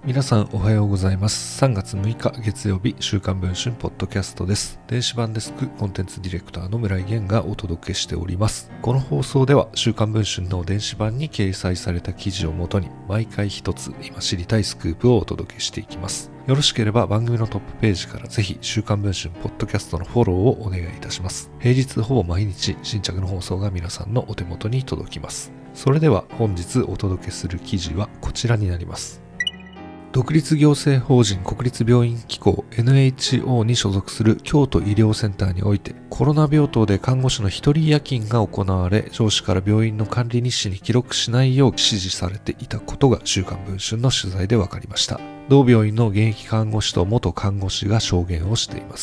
皆さんおはようございます。3月6日月曜日、週刊文春ポッドキャストです。電子版デスクコンテンツディレクターの村井源がお届けしております。この放送では週刊文春の電子版に掲載された記事をもとに毎回一つ今知りたいスクープをお届けしていきます。よろしければ番組のトップページからぜひ週刊文春ポッドキャストのフォローをお願いいたします。平日ほぼ毎日新着の放送が皆さんのお手元に届きます。それでは本日お届けする記事はこちらになります。独立行政法人国立病院機構 NHO に所属する京都医療センターにおいてコロナ病棟で看護師の一人夜勤が行われ、上司から病院の管理日誌に記録しないよう指示されていたことが週刊文春の取材で分かりました。同病院の現役看護師と元看護師が証言をしています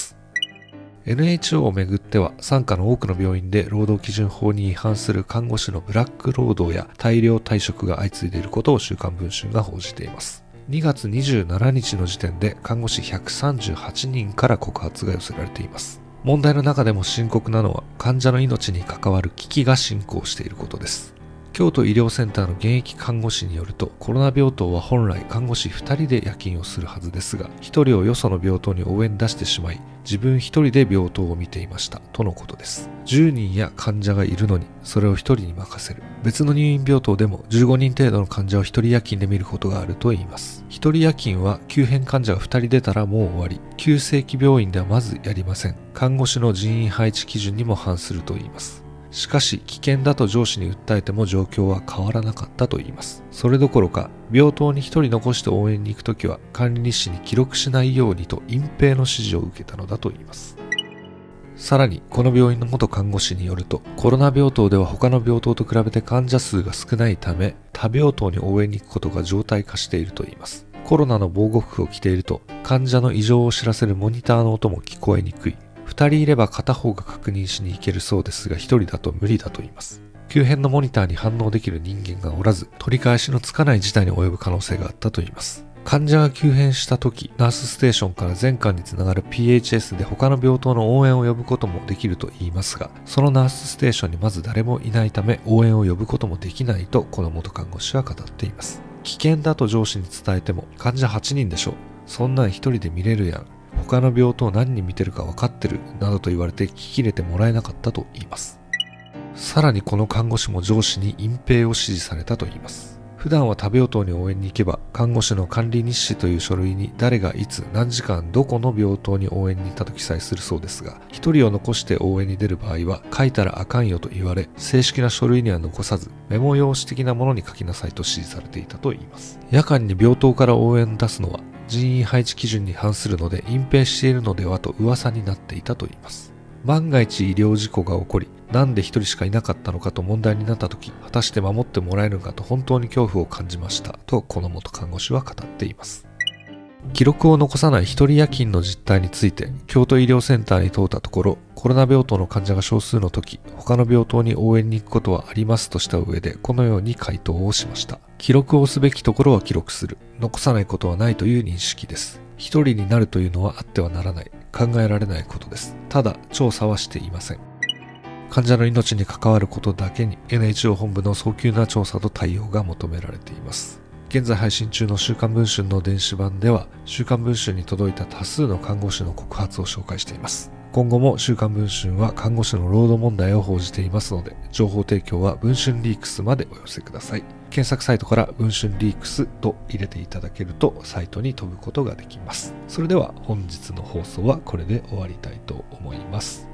。NHO をめぐっては傘下の多くの病院で労働基準法に違反する看護師のブラック労働や大量退職が相次いでいることを週刊文春が報じています。2月27日の時点で看護師138人から告発が寄せられています。問題の中でも深刻なのは患者の命に関わる危機が進行していることです。京都医療センターの現役看護師によると、コロナ病棟は本来看護師2人で夜勤をするはずですが、1人をよその病棟に応援出してしまい、自分1人で病棟を見ていましたとのことです。10人や患者がいるのにそれを1人に任せる。別の入院病棟でも15人程度の患者を1人夜勤で見ることがあるといいます。1人夜勤は急変患者が2人出たらもう終わり、急性期病院ではまずやりません。看護師の人員配置基準にも反するといいます。しかし危険だと上司に訴えても状況は変わらなかったと言います。それどころか病棟に一人残して応援に行くときは管理日誌に記録しないようにと隠蔽の指示を受けたのだと言います。さらにこの病院の元看護師によると、コロナ病棟では他の病棟と比べて患者数が少ないため他病棟に応援に行くことが常態化していると言います。コロナの防護服を着ていると患者の異常を知らせるモニターの音も聞こえにくい。2人いれば片方が確認しに行けるそうですが1人だと無理だと言います。急変のモニターに反応できる人間がおらず、取り返しのつかない事態に及ぶ可能性があったと言います。患者が急変した時、ナースステーションから全館につながる PHS で他の病棟の応援を呼ぶこともできると言いますが、そのナースステーションにまず誰もいないため応援を呼ぶこともできないとこの元看護師は語っています。危険だと上司に伝えても患者8人でしょ、そんなん一人で見れるやん、他の病棟何人見てるか分かってるなどと言われて聞き入れてもらえなかったと言います。さらにこの看護師も上司に隠蔽を指示されたと言います。普段は他病棟に応援に行けば看護師の管理日誌という書類に誰がいつ何時間どこの病棟に応援に行ったと記載するそうですが、一人を残して応援に出る場合は書いたらあかんよと言われ、正式な書類には残さずメモ用紙的なものに書きなさいと指示されていたと言います。夜間に病棟から応援を出すのは人員配置基準に反するので隠蔽しているのではと噂になっていたと言います。万が一医療事故が起こり、なんで一人しかいなかったのかと問題になった時、果たして守ってもらえるのかと本当に恐怖を感じましたとこの元看護師は語っています。記録を残さない一人夜勤の実態について京都医療センターに問うたところ、コロナ病棟の患者が少数の時、他の病棟に応援に行くことはありますとした上でこのように回答をしました。記録をすべきところは記録する、残さないことはないという認識です。一人になるというのはあってはならない、考えられないことです。ただ調査はしていません。患者の命に関わることだけに NHO 本部の早急な調査と対応が求められています。現在配信中の週刊文春の電子版では週刊文春に届いた多数の看護師の告発を紹介しています。今後も週刊文春は看護師の労働問題を報じていますので、情報提供は文春リークスまでお寄せください。検索サイトから文春リークスと入れていただけるとサイトに飛ぶことができます。それでは本日の放送はこれで終わりたいと思います。